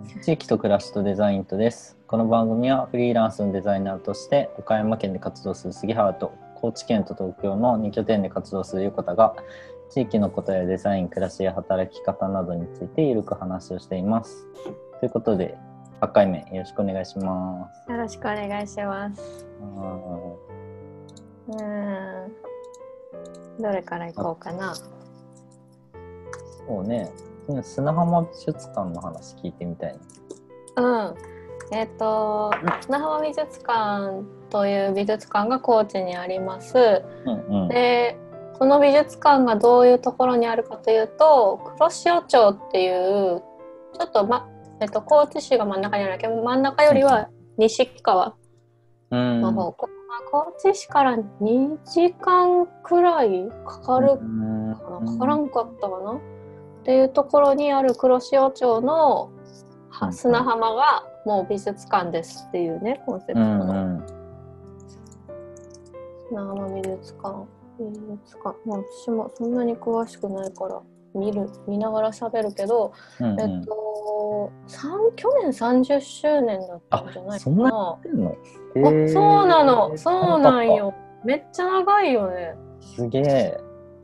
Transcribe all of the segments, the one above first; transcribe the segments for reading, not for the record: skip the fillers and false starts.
地域と暮らしとデザインとです。この番組はフリーランスのデザイナーとして岡山県で活動する杉原と高知県と東京の2拠点で活動する横田が地域のことやデザイン、暮らしや働き方などについてゆるく話をしています。ということで8回目よろしくお願いします。 よろしくお願いします。どれから行こうかな。 そうね、砂浜美術館の話聞いてみたいな。砂浜美術館という美術館が高知にあります。で、その美術館がどういうところにあるかというと、黒潮町っていうちょっと、高知市が真ん中にあるけど、真ん中よりは西側の方、高知市から2時間くらいかかるかな、かからんかったかなっていうところにある黒潮町の砂浜がもう美術館ですっていうね、コンセプトの砂浜美術館。もう私もそんなに詳しくないから見ながら喋るけど、去年30周年だったんじゃないかな。そうなの、そうなんよ。めっちゃ長いよね。 すげえ。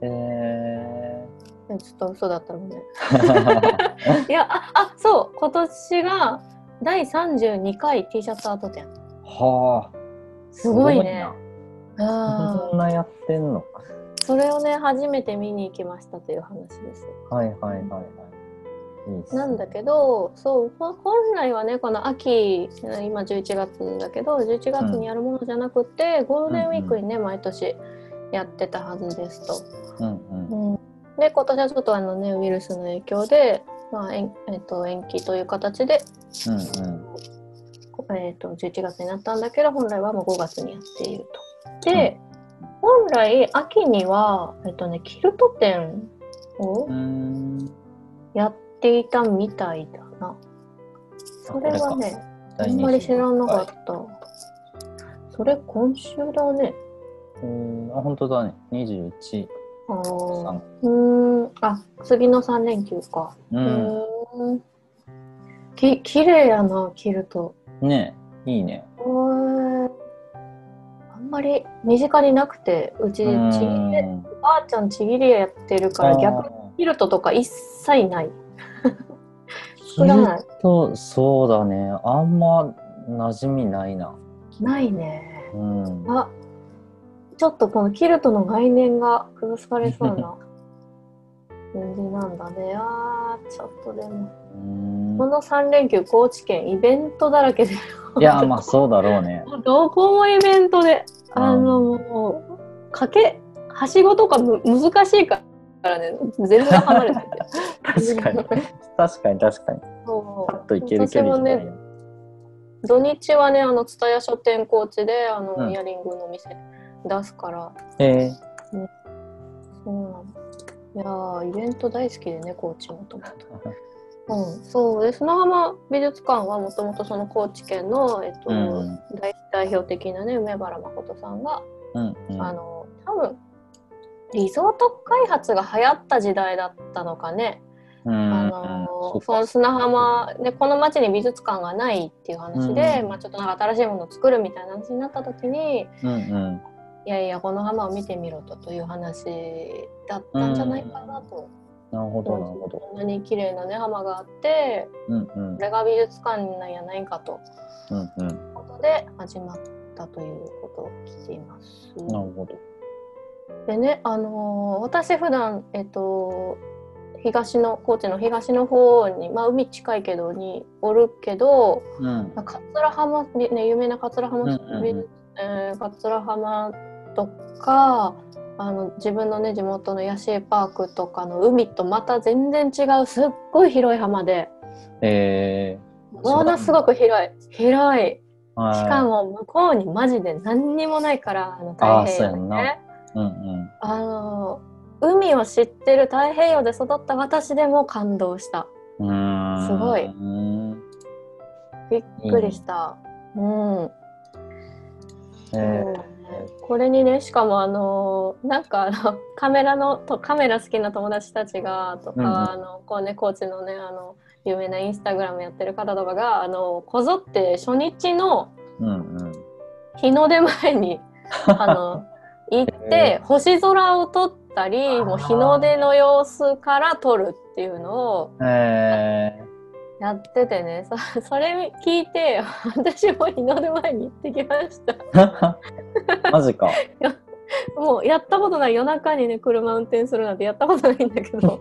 ちょっと嘘だったのね。いや、そう、今年が第32回 T シャツアート展。 はあ、 すごいね。 そんなやってんの。 それをね、初めて見に行きましたという話です。 はい。 なんだけど、そう本来はね、この秋、今11月だけど11月にやるものじゃなくて、ゴールデンウィークにね、毎年やってたはずですと。で、今年はちょっとウイルスの影響で、延期という形で、11月になったんだけど、本来はもう5月にやっていると。で、本来秋には、キルト展をやっていたみたいだな。それはね、あんまり知らなかった。それ今週だね。 本当だね。21。 次の3連休か。きれいやな、キルト。 ね、いいね。 あんまり身近になくて、うちちぎれ、ばあちゃんちぎりやってるから、逆にキルトとか一切ない。 キルト、そうだね。あんま馴染みないな。 ないね。ちょっとこのキルトの概念が崩されそうな感じなんだね。ちょっとでも。この3連休、高知県イベントだらけで。 いや、まあそうだろうね。 どこもイベントで、もうはしごとか難しいからね、全然離れてて。 確かに。 そう。 パッといける距離じゃないよ。 土日はね、蔦屋書店高知でイヤリングの店出すから。そうなの。いやイベント大好きでね、高知もと思って。そうで、砂浜美術館はもともとその高知県の、代表的なね、梅原誠さんが、多分リゾート開発が流行った時代だったのかね。その砂浜でこの町に美術館がないっていう話で、ちょっとなんか新しいものを作るみたいな話になった時に、いやこの浜を見てみろという話だったんじゃないかなと。 なるほど。 こんなに綺麗なね浜があって、これが美術館なんやないかということで始まったということを聞いています。 なるほど。 でね、私普段高知の東の方に、海近いけどにおるけど、桂浜、ね、有名な桂浜、桂浜とか自分のね地元のヤシーパークとかの海とまた全然違うすっごい広い浜で、ものすごく広い、しかも向こうにマジで何にもないから太平洋ね。海を知ってる太平洋で育った私でも感動した。すごいびっくりした。これにね、しかもなんかカメラ好きな友達たちがとか、高知のね有名なインスタグラムやってる方とかがこぞって初日の日の出前に行って星空を撮ったりもう日の出の様子から撮るっていうのをやっててね、それ聞いて私も日の出前に行ってきましたマジかもうやったことない、夜中にね車運転するなんてやったことないんだけど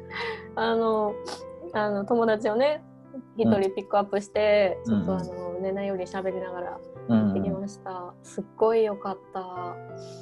友達をね一人ピックアップして、ちょっと寝ないように喋りながら行ってきました、すっごい良かった。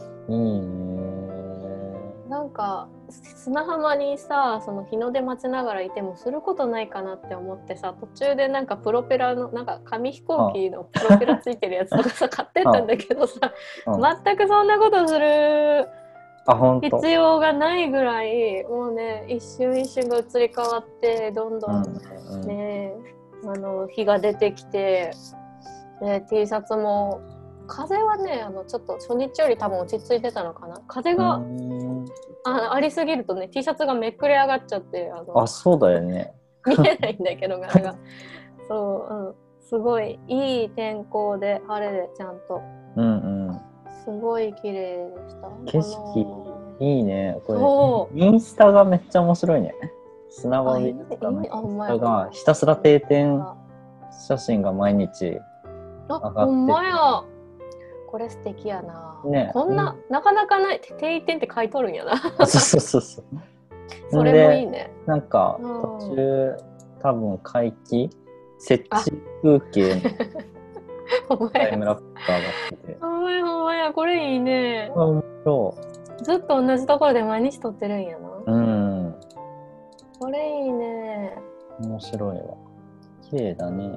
なんか砂浜にさ、その日の出待ちながらいてもすることないかなって思ってさ、途中でなんかプロペラのなんか紙飛行機のプロペラついてるやつとかさ買ってったんだけどさ全くそんなことする必要がないぐらい、もうね一瞬一瞬が移り変わってどんどんね、日が出てきて、ね、T シャツも風はねちょっと初日より多分落ち着いてたのかな。風がありすぎるとね T シャツがめくれ上がっちゃってそうだよね見えないんだけど柄がそう、すごいいい天候で晴れでちゃんと、すごい綺麗でした。 景色いいね。これインスタがめっちゃ面白いね。砂場美術館のインスタがひたすら定点写真が毎日上がってて。ほんまや。 これ素敵やな。ね、こんな、なかなかない定点って書いとるんやな。 そうそれもいいね。 なんか途中多分回帰設置風景のタイムラプスが上がってて。 ほんまや、これいいね。 そうずっと同じところで毎日撮ってるんやな。これいいね。 面白いわ。綺麗だね。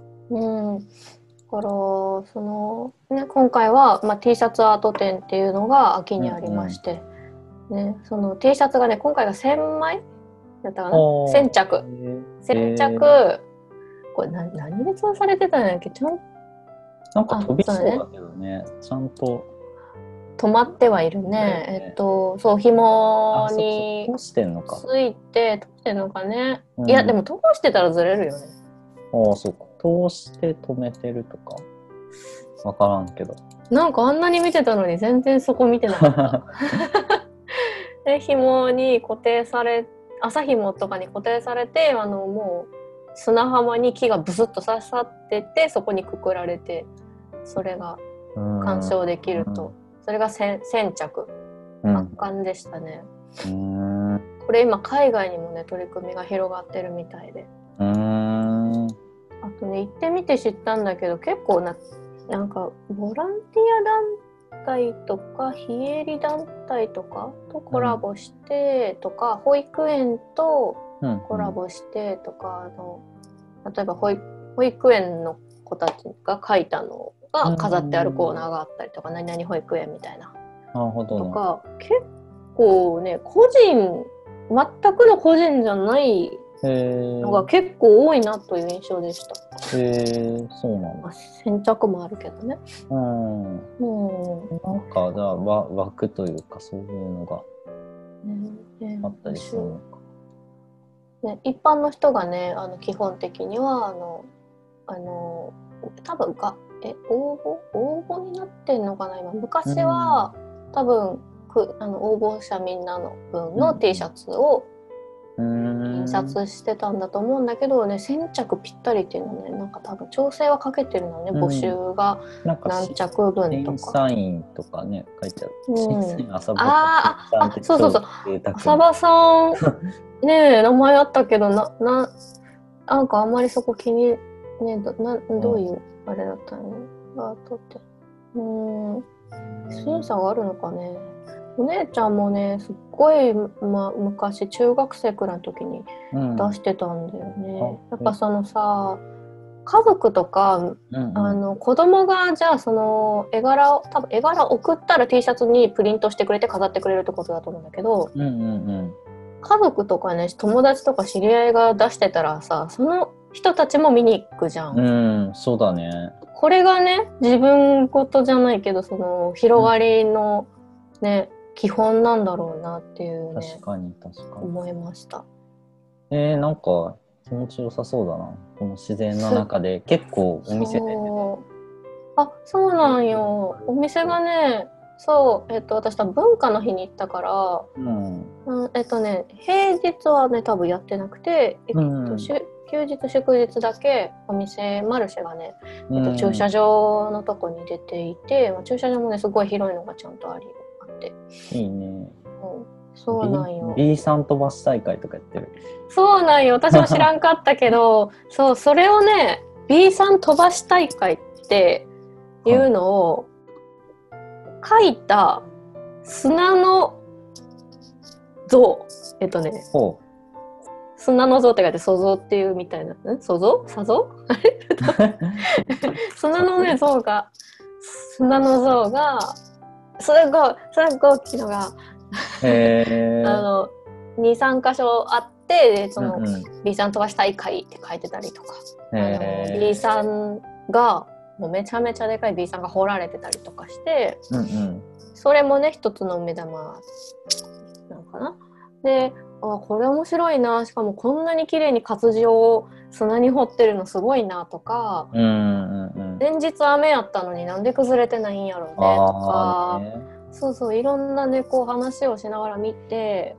だから今回は、T シャツアート展っていうのが秋にありまして、その T シャツがね今回が1000枚だったかな、1000着1000着、これ何で通されてたんやっけ、ちゃんなんか飛びそうだけどね、ちゃんと止まってはいるね。そう紐について通してんのかね。いやでも通してたらずれるよね。 そうか。通して止めてるとか分からんけど、 なんかあんなに見てたのに全然そこ見てなかったで紐に固定され、麻紐とかに固定されてもう砂浜に木がブスッと刺さってて、そこにくくられてそれが鑑賞できると、それが1000着、圧巻でしたね。これ今海外にもね取り組みが広がってるみたいで、あとね行ってみて知ったんだけど、結構なんかボランティア団体とか非営利団体とかとコラボしてとか、保育園とコラボしてとか、例えば保育園の子たちが描いたのが飾ってあるコーナーがあったりとか、何々保育園みたいな、とか結構ね全くの個人じゃないのが結構多いなという印象でした。 そうなんだ。 先着もあるけどね。 なんかじゃあ枠というかそういうのがあったりするのか。 一般の人がね基本的には多分応募になってんのかな今。昔は多分応募者みんなの分の T シャツを印刷してたんだと思うんだけどね、1000着ぴったりっていうのね、なんか多分調整はかけてるのね、募集が何着分とか。 審査員とかね書いてある。審査員浅場さんってそう浅場さんね名前あったけどなんかあんまりそこ気にねどういうあれだったのアートって審査があるのかね。お姉ちゃんもねすっごい、昔中学生くらいの時に出してたんだよね。やっぱそのさ家族とか、子供がじゃあその絵柄送ったら T シャツにプリントしてくれて飾ってくれるってことだと思うんだけど、家族とかね友達とか知り合いが出してたらさ、その人たちも見に行くじゃん。 そうだね。 これがね自分事じゃないけどその広がりのね、基本なんだろうなっていうね。 確かに思いました。 なんか気持ちよさそうだな。この自然の中で結構お店で。 あ、そうなんよ。お店がね、そう、私多分文化の日に行ったから、平日はね、多分やってなくて、休日祝日だけお店マルシェがね、駐車場のとこに出ていて、駐車場もねすごい広いのがちゃんとあって。 いいね。 そうなんよ。 B さん飛ばし大会とかやってる。 そうなんよ。私も知らんかったけどそう、それをね B さん飛ばし大会っていうのを書いた砂の像、砂の像って書いて塑像っていうみたいな、塑像砂像砂のね像が、砂の像がすごい大きいのが2,3 箇所あって、でその B さん飛ばし大会って書いてたりとか、B さんがもうめちゃめちゃでかい B さんが掘られてたりとかして、それもね一つの目玉なのかな。で、これ面白いな、しかもこんなに綺麗に活字を砂に掘ってるのすごいなとか、前日雨やったのになんで崩れてないんやろうねとか、そうそう、いろんなねこう話をしながら見て、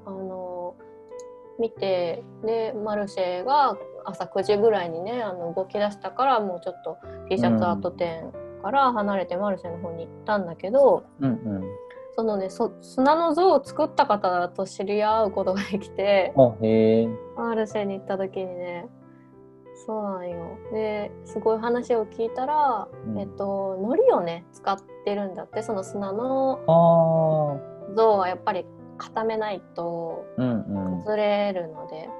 でマルシェが朝9時ぐらいにね動き出したから、もうちょっと T シャツアート店から離れてマルシェの方に行ったんだけど、そのね砂の像を作った方と知り合うことができて、マルシェに行った時にね、そうなんよ。ですごい話を聞いたら、海苔をね使ってるんだって。その砂の像はやっぱり固めないと崩れるので、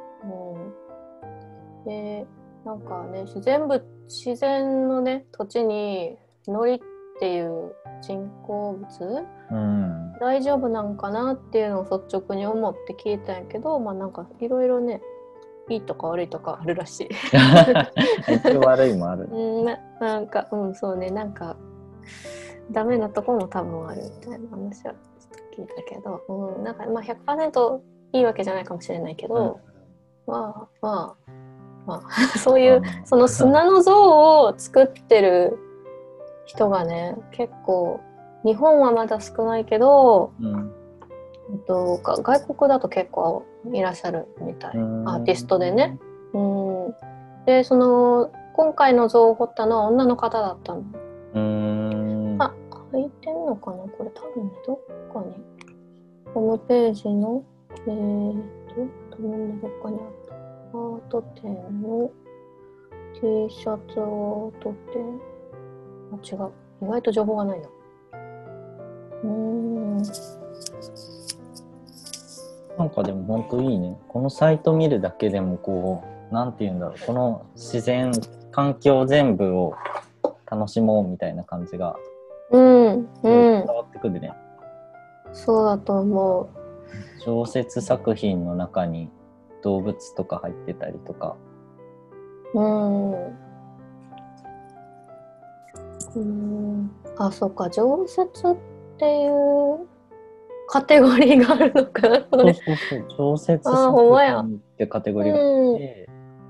でなんかね自然のね土地に海苔っていう人工物、大丈夫なんかなっていうのを率直に思って聞いたんやけど、なんかいろいろねいいとか悪いとかあるらしい。 一応悪いもある。 なんかそうね、なんかダメなとこも多分あるみたいな話は聞いたけど、なんか100% いいわけじゃないかもしれないけど、そういうその砂の像を作ってる人がね結構日本はまだ少ないけど、外国だと結構いらっしゃるみたい、アーティストでね。でその今回の像を彫ったのは女の方だったの。書いてんのかなこれ、多分ねどっかにホームページの多分ねどっかにあった。アート展の T シャツを撮って、違う、意外と情報がないな。 なんかでも本当いいね。このサイト見るだけでもこう、なんていうんだろう、この自然環境全部を楽しもうみたいな感じが伝わってくるね。 そうだと思う。 小説作品の中に動物とか入ってたりとか。 そうか、常設っていうカテゴリーがあるのかな。 そう常設作品ってカテゴリーがあって、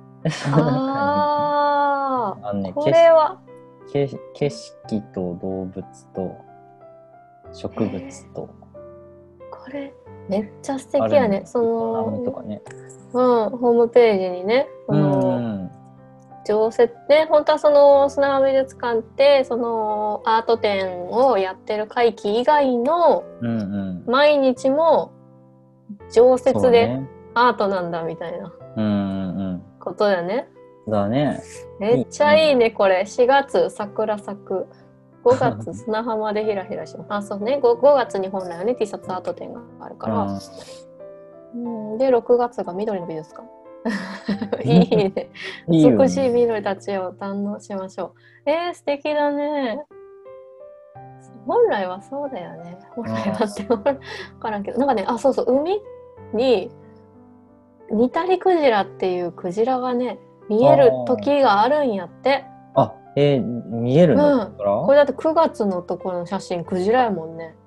これは景色と動物と植物と、 これめっちゃ素敵やね。そのとかね、 ホームページにね、常設で、本当はその砂川美術館ってそのアート展をやってる会期以外の毎日も常設でアートなんだみたいなことだね。 だね。 めっちゃいいねこれ。4月桜咲く、5月砂浜でひらひらします。そうね、5月に本来はね T シャツアート展があるから、で6月が緑の美術館。いいね。美しい緑たちを堪能しましょう。素敵だね。本来はそうだよね。本来はって分からんけど、なんかね、そうそう、海にニタリクジラっていうクジラがね見える時があるんやって。 見えるの、 これだって9月のところの写真クジラやもんね。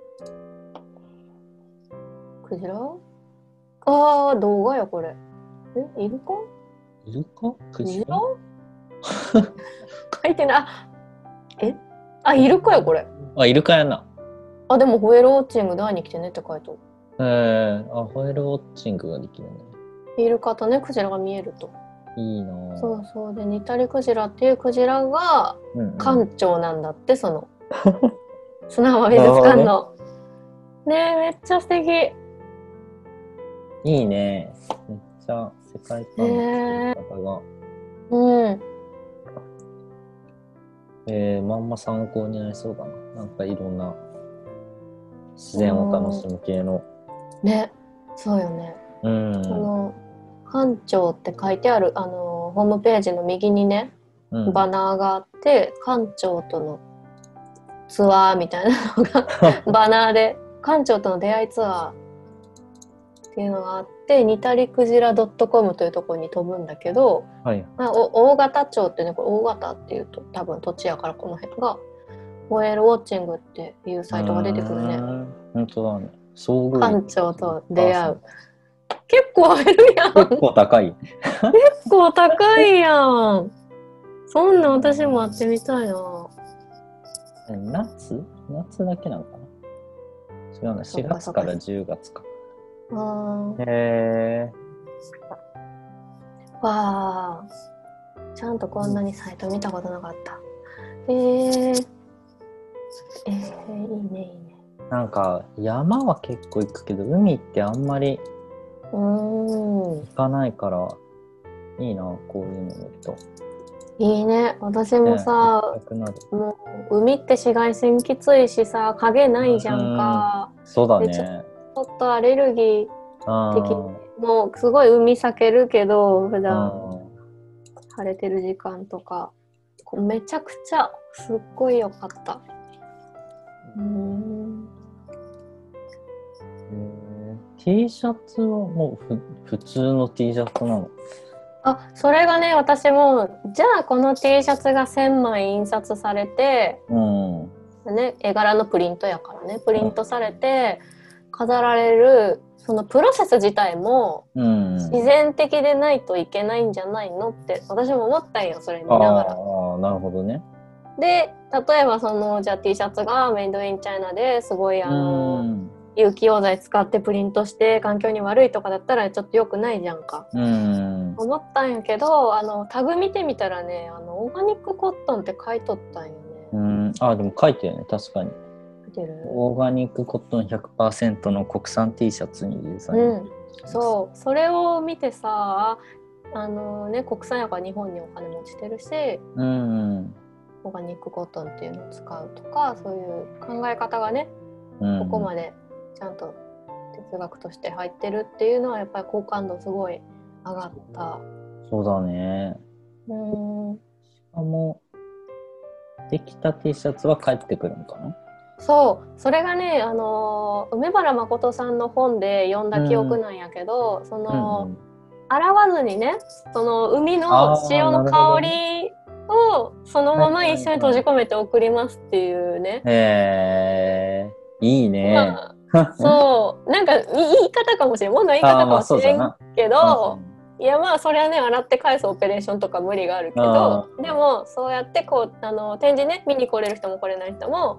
クジラ？動画やこれ。 イルカ？ イルカ？クジラ？ 書いてない。イルカよこれ。 イルカやな。 でもホエールウォッチング第2期てねって書いてある。 ホエールウォッチングができるね。 イルカとね、クジラが見えると。 いいな。 そうそうで、ニタリクジラっていうクジラが館長なんだって、その砂浜美術館の。ね、めっちゃ素敵。 いいね。めっちゃ世界観の作り方が。まんま参考になりそうだな。なんかいろんな自然を楽しむ系の。 ね、そうよね。この館長って書いてあるホームページの右にね、バナーがあって、館長とのツアーみたいなのがバナーで館長との出会いツアーっていうのがあって、ニタリクジラ .com というところに飛ぶんだけど、大型町ってね、これ大型っていうと多分土地やからこの辺がホエールウォッチングっていうサイトが出てくるね。 本当だね。 館長と出会う。結構上げるやん。 結構高い。 結構高いやん。そんな私も会ってみたいな。 夏だけなのかな。違うな、4月から10月か。 わあ、ちゃんとこんなにサイト見たことなかった。いいねいいね。 なんか山は結構行くけど、海ってあんまり行かないからいいな、こういうの見ると。 いいね。私もさ、もう海って紫外線きついしさ、影ないじゃんか。 そうだね。 ちょっとアレルギー的にもうすごい海避けるけど、普段晴れてる時間とかめちゃくちゃすっごい良かった。 T シャツはもう普通の T シャツなの？ それがね、私もじゃあこの T シャツが1000枚印刷されて、ね、絵柄のプリントやからね、プリントされて飾られるそのプロセス自体も自然的でないといけないんじゃないのって私も思ったんよ、それ見ながら。 なるほどね。 で、例えばそのじゃあ T シャツがメイドインチャイナですごい有機溶剤使ってプリントして環境に悪いとかだったらちょっと良くないじゃんか。思ったんやけど、タグ見てみたらね、オーガニックコットンって書いとったんよね。 でも書いてるね、確かに。 書いてる？ オーガニックコットン 100% の国産 T シャツにデザイン。 そう、それを見てさ、ね、国産やから日本にお金持ちてるし、オーガニックコットンっていうのを使うとか、そういう考え方がね、ここまでちゃんと哲学として入ってるっていうのはやっぱり好感度すごい上がった。 そうだね。しかもできた T シャツは返ってくるのかな。 そう、それがね、梅原誠さんの本で読んだ記憶なんやけど、その、洗わずにね、その海の潮の香りをそのまま一緒に閉じ込めて送りますっていうね。 いいね。 そう、なんか言い方かもしれん、もの言い方かもしれんけど、いやまあそれはね、洗って返すオペレーションとか無理があるけど、でもそうやってこう展示ね、見に来れる人も来れない人も、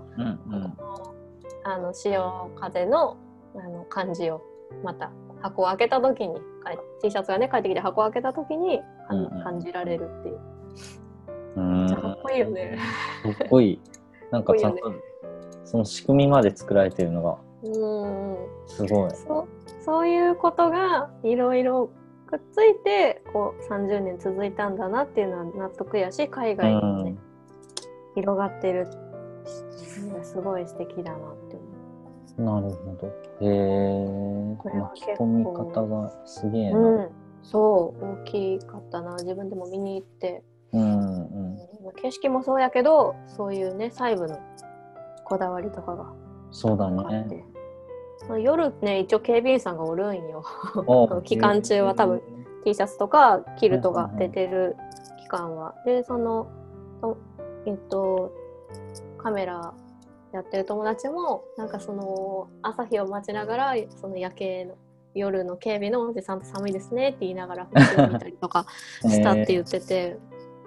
潮風の感じをまた箱を開けた時に T シャツがね帰ってきて箱を開けた時に感じられるっていう。めっちゃかっこいいよね。 かっこいい。なんかちゃんとその仕組みまで作られてるのがすごい。 そういうことがいろいろくっついてこう30年続いたんだなっていうのは納得やし、海外にもね、広がってるすごい素敵だなって思う。 なるほど。巻き込み方がすげえな。 そう大きかったな。自分でも見に行って、景色もそうやけど、そういうね細部のこだわりとかがそうだね。 夜ね、一応警備員さんがおるんよ。期間中は多分 T シャツとかキルトが出てる期間は。で、そのカメラやってる友達もなんかその朝日を待ちながらその夜景の夜の警備のおじさんと寒いですねって言いながら星を見たりとかしたって言ってて、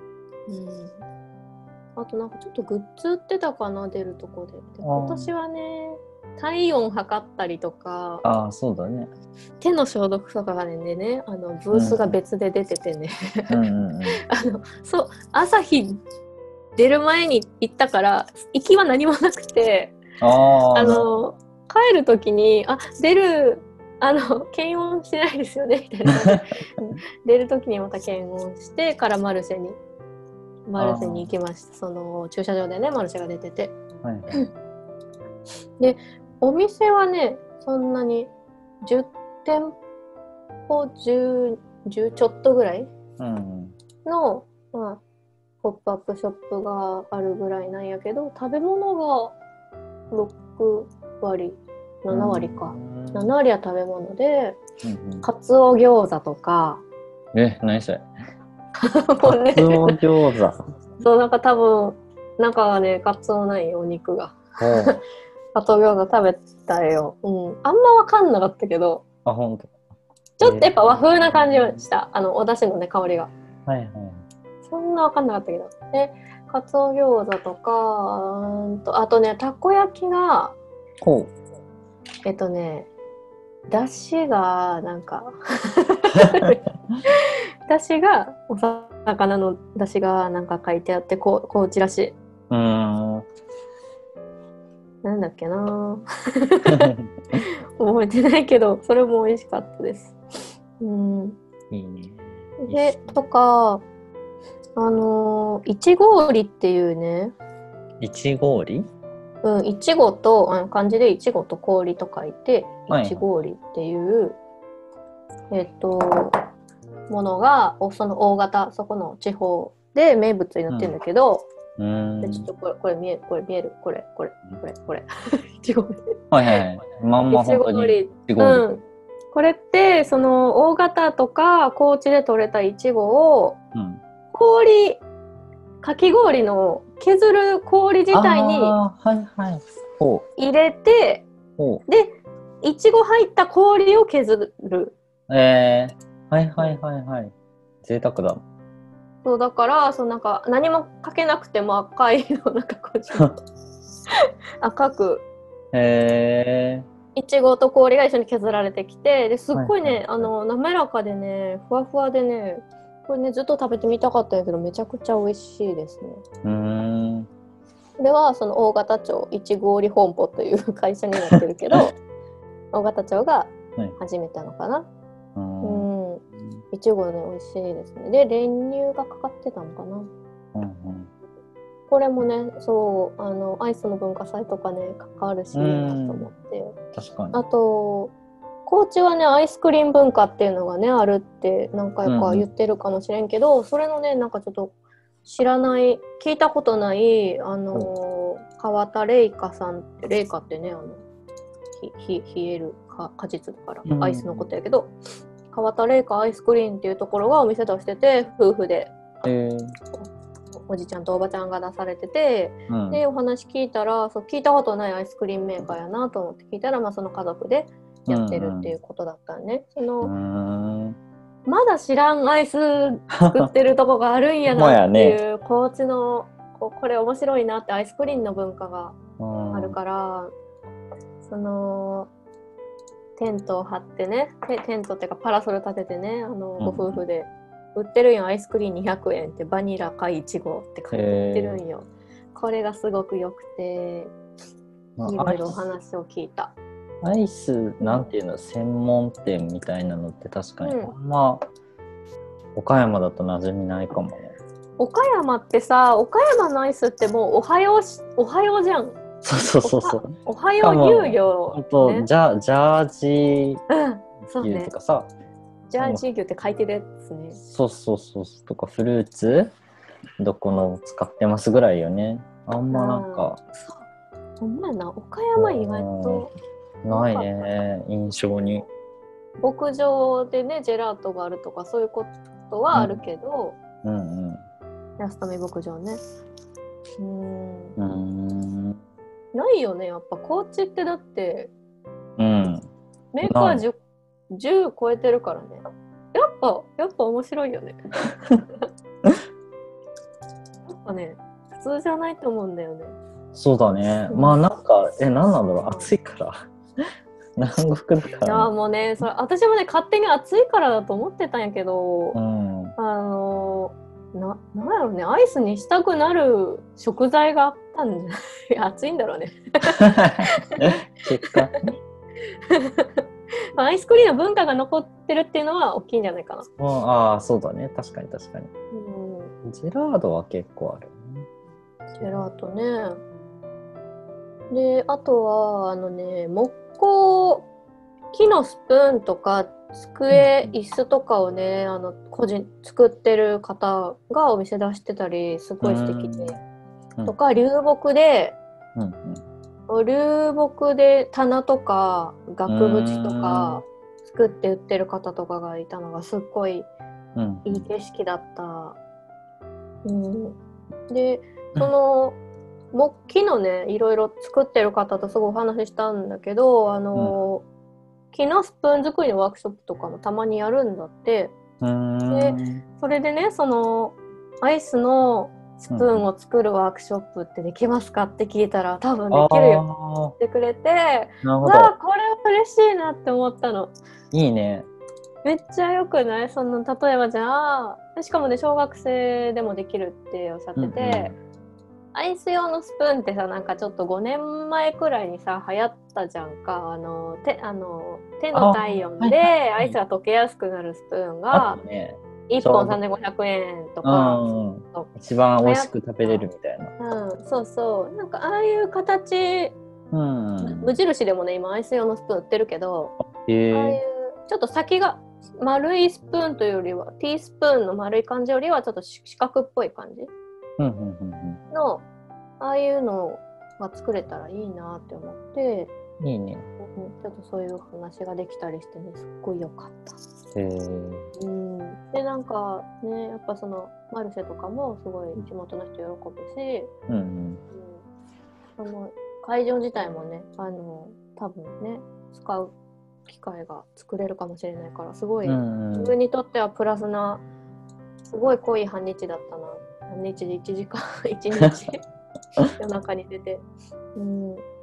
あとなんかちょっとグッズ売ってたかな、出るとこで。今年はね、体温測ったりとか、 そうだね、 手の消毒とかがね、ブースが別で出ててね、そう朝日出る前に行ったから行きは何もなくて、帰る時に出る検温してないですよねみたいな出る時にまた検温してからマルシェに行きました。その駐車場でねマルシェが出てて、でお店はねそんなに10店舗10ちょっとぐらいの、ポップアップショップがあるぐらいなんやけど、食べ物が6割7割か、7割は食べ物で、カツオ餃子とか。 何それカツオ餃子そうなんか多分中はねカツオないよお肉がカツオ餃子食べたよ、あんま分かんなかったけど、 本当ちょっとやっぱ和風な感じがした、お出汁のね香りが、そんな分かんなかったけど、でカツオ餃子とかあとねたこ焼きが出汁がなんか出汁がお魚の出汁がなんか書いてあって、高知らしい。なんだっけな覚えてないけどそれも美味しかったです。 いいね。 でとかいちご売りっていうね、 いちご売り？ いちごと漢字でいちごと氷と書いていちご売りっていう、ものがその大型そこの地方で名物になってるんだけど、でちょっとこれ見えるこれいちごまんま本当にいちご売り、 これってその大型とか高知で採れたいちごを、かき氷の削る氷自体に入れて、でいちご入った氷を削る。 贅沢だ。 そうだからなんか何もかけなくても赤いのなんかこう赤くいちごと氷が一緒に削られてきて、ですっごいね、滑らかでねふわふわでね、これねずっと食べてみたかったんやけどめちゃくちゃ美味しいですね。これはその大型町いちご売り本舗という会社になってるけど大型町が始めたのかな。いちごね美味しいですね。で練乳がかかってたのかな。これもねそうアイスの文化祭とかね関わるしいいなと思って。 確かに。 あと高知はねアイスクリーム文化っていうのがねあるって何回か言ってるかもしれんけど、それのねなんかちょっと知らない聞いたことない川田玲香さんって、玲香ってね冷える果実だからアイスのことやけど、川田玲香アイスクリーンっていうところがお店出してて、夫婦でおじちゃんとおばちゃんが出されてて、でお話聞いたら聞いたことないアイスクリームメーカーやなと思って聞いたら、その家族でやってるっていうことだったんね。まだ知らんアイス作ってるとこがあるんやなっていう、高知のこれ面白いなってアイスクリームの文化があるから、テントを張ってね、テントっていうかパラソル立ててね、ご夫婦で売ってるんよ。アイスクリーム200円ってバニラかいちごって書いて売ってるんよ。これがすごく良くて、いろいろお話を聞いた。 アイスなんていうの、専門店みたいなのって確かにあんま岡山だと馴染みないかもね。 岡山ってさ、岡山のアイスってもうおはようじゃん。 そうおはよう乳業、 ね、ジャージー牛とかさ、 ジャージー牛って書いてるやつね。 そうとかフルーツどこの使ってますぐらいよね。あんまなんかほんまやな、岡山意外とないね、印象に。 牧場でねジェラートがあるとかそういうことはあるけど、安富牧場ね、ないよね。やっぱ高知ってだって、メーカー 10超えてるからね。やっぱ面白いよね。やっぱね、普通じゃないと思うんだよね。 そうだね。まあなんか、なんなんだろう、暑いから。南国だから、ね。 いやもうね、それ私もね、勝手に暑いからだと思ってたんやけど、なんやろね、アイスにしたくなる食材があったんじゃない？暑いんだろうね。 結果。 アイスクリームの文化が残ってるっていうのは大きいんじゃないかな。 ああ、そうだね。確かに。ジェラードは結構ある、ね。 ジェラートね。で、あとは、木工、木のスプーンとか、机、椅子とかをね、作ってる方がお店出してたり、すごい素敵で。とか、流木で、流木で棚とか額縁とか作って売ってる方とかがいたのがすっごいいい景色だった。で、その木のね、いろいろ作ってる方とすごいお話ししたんだけど、木のスプーン作りのワークショップとかもたまにやるんだって。で、それでね、そのアイスのスプーンを作るワークショップってできますかって聞いたら、多分できるよって言ってくれて、わあ、これは嬉しいなって思ったの。 いいね。 めっちゃよくない？例えばじゃあ、しかもね、小学生でもできるっておっしゃってて、アイス用のスプーンってさ、なんかちょっと5年前くらいにさ、流行ったじゃんか。手の体温でアイスが溶けやすくなるスプーンが、1本3500円とか、 一番美味しく食べれるみたいな。 そうそう。なんかああいう形、無印でもね、今アイス用のスプーン売ってるけど、ああいうちょっと先が丸いスプーンというよりは、ティースプーンの丸い感じよりはちょっと四角っぽい感じの、ああいうのが作れたらいいなって思って、 いいね。 ちょっとそういう話ができたりしてね、すっごい良かった。で、なんかね、やっぱそのマルシェとかもすごい地元の人喜ぶし、その会場自体もね、多分ね、使う機会が作れるかもしれないから、すごい自分にとってはプラスな、すごい濃い半日だったな。半日で1時間1日夜中に出て、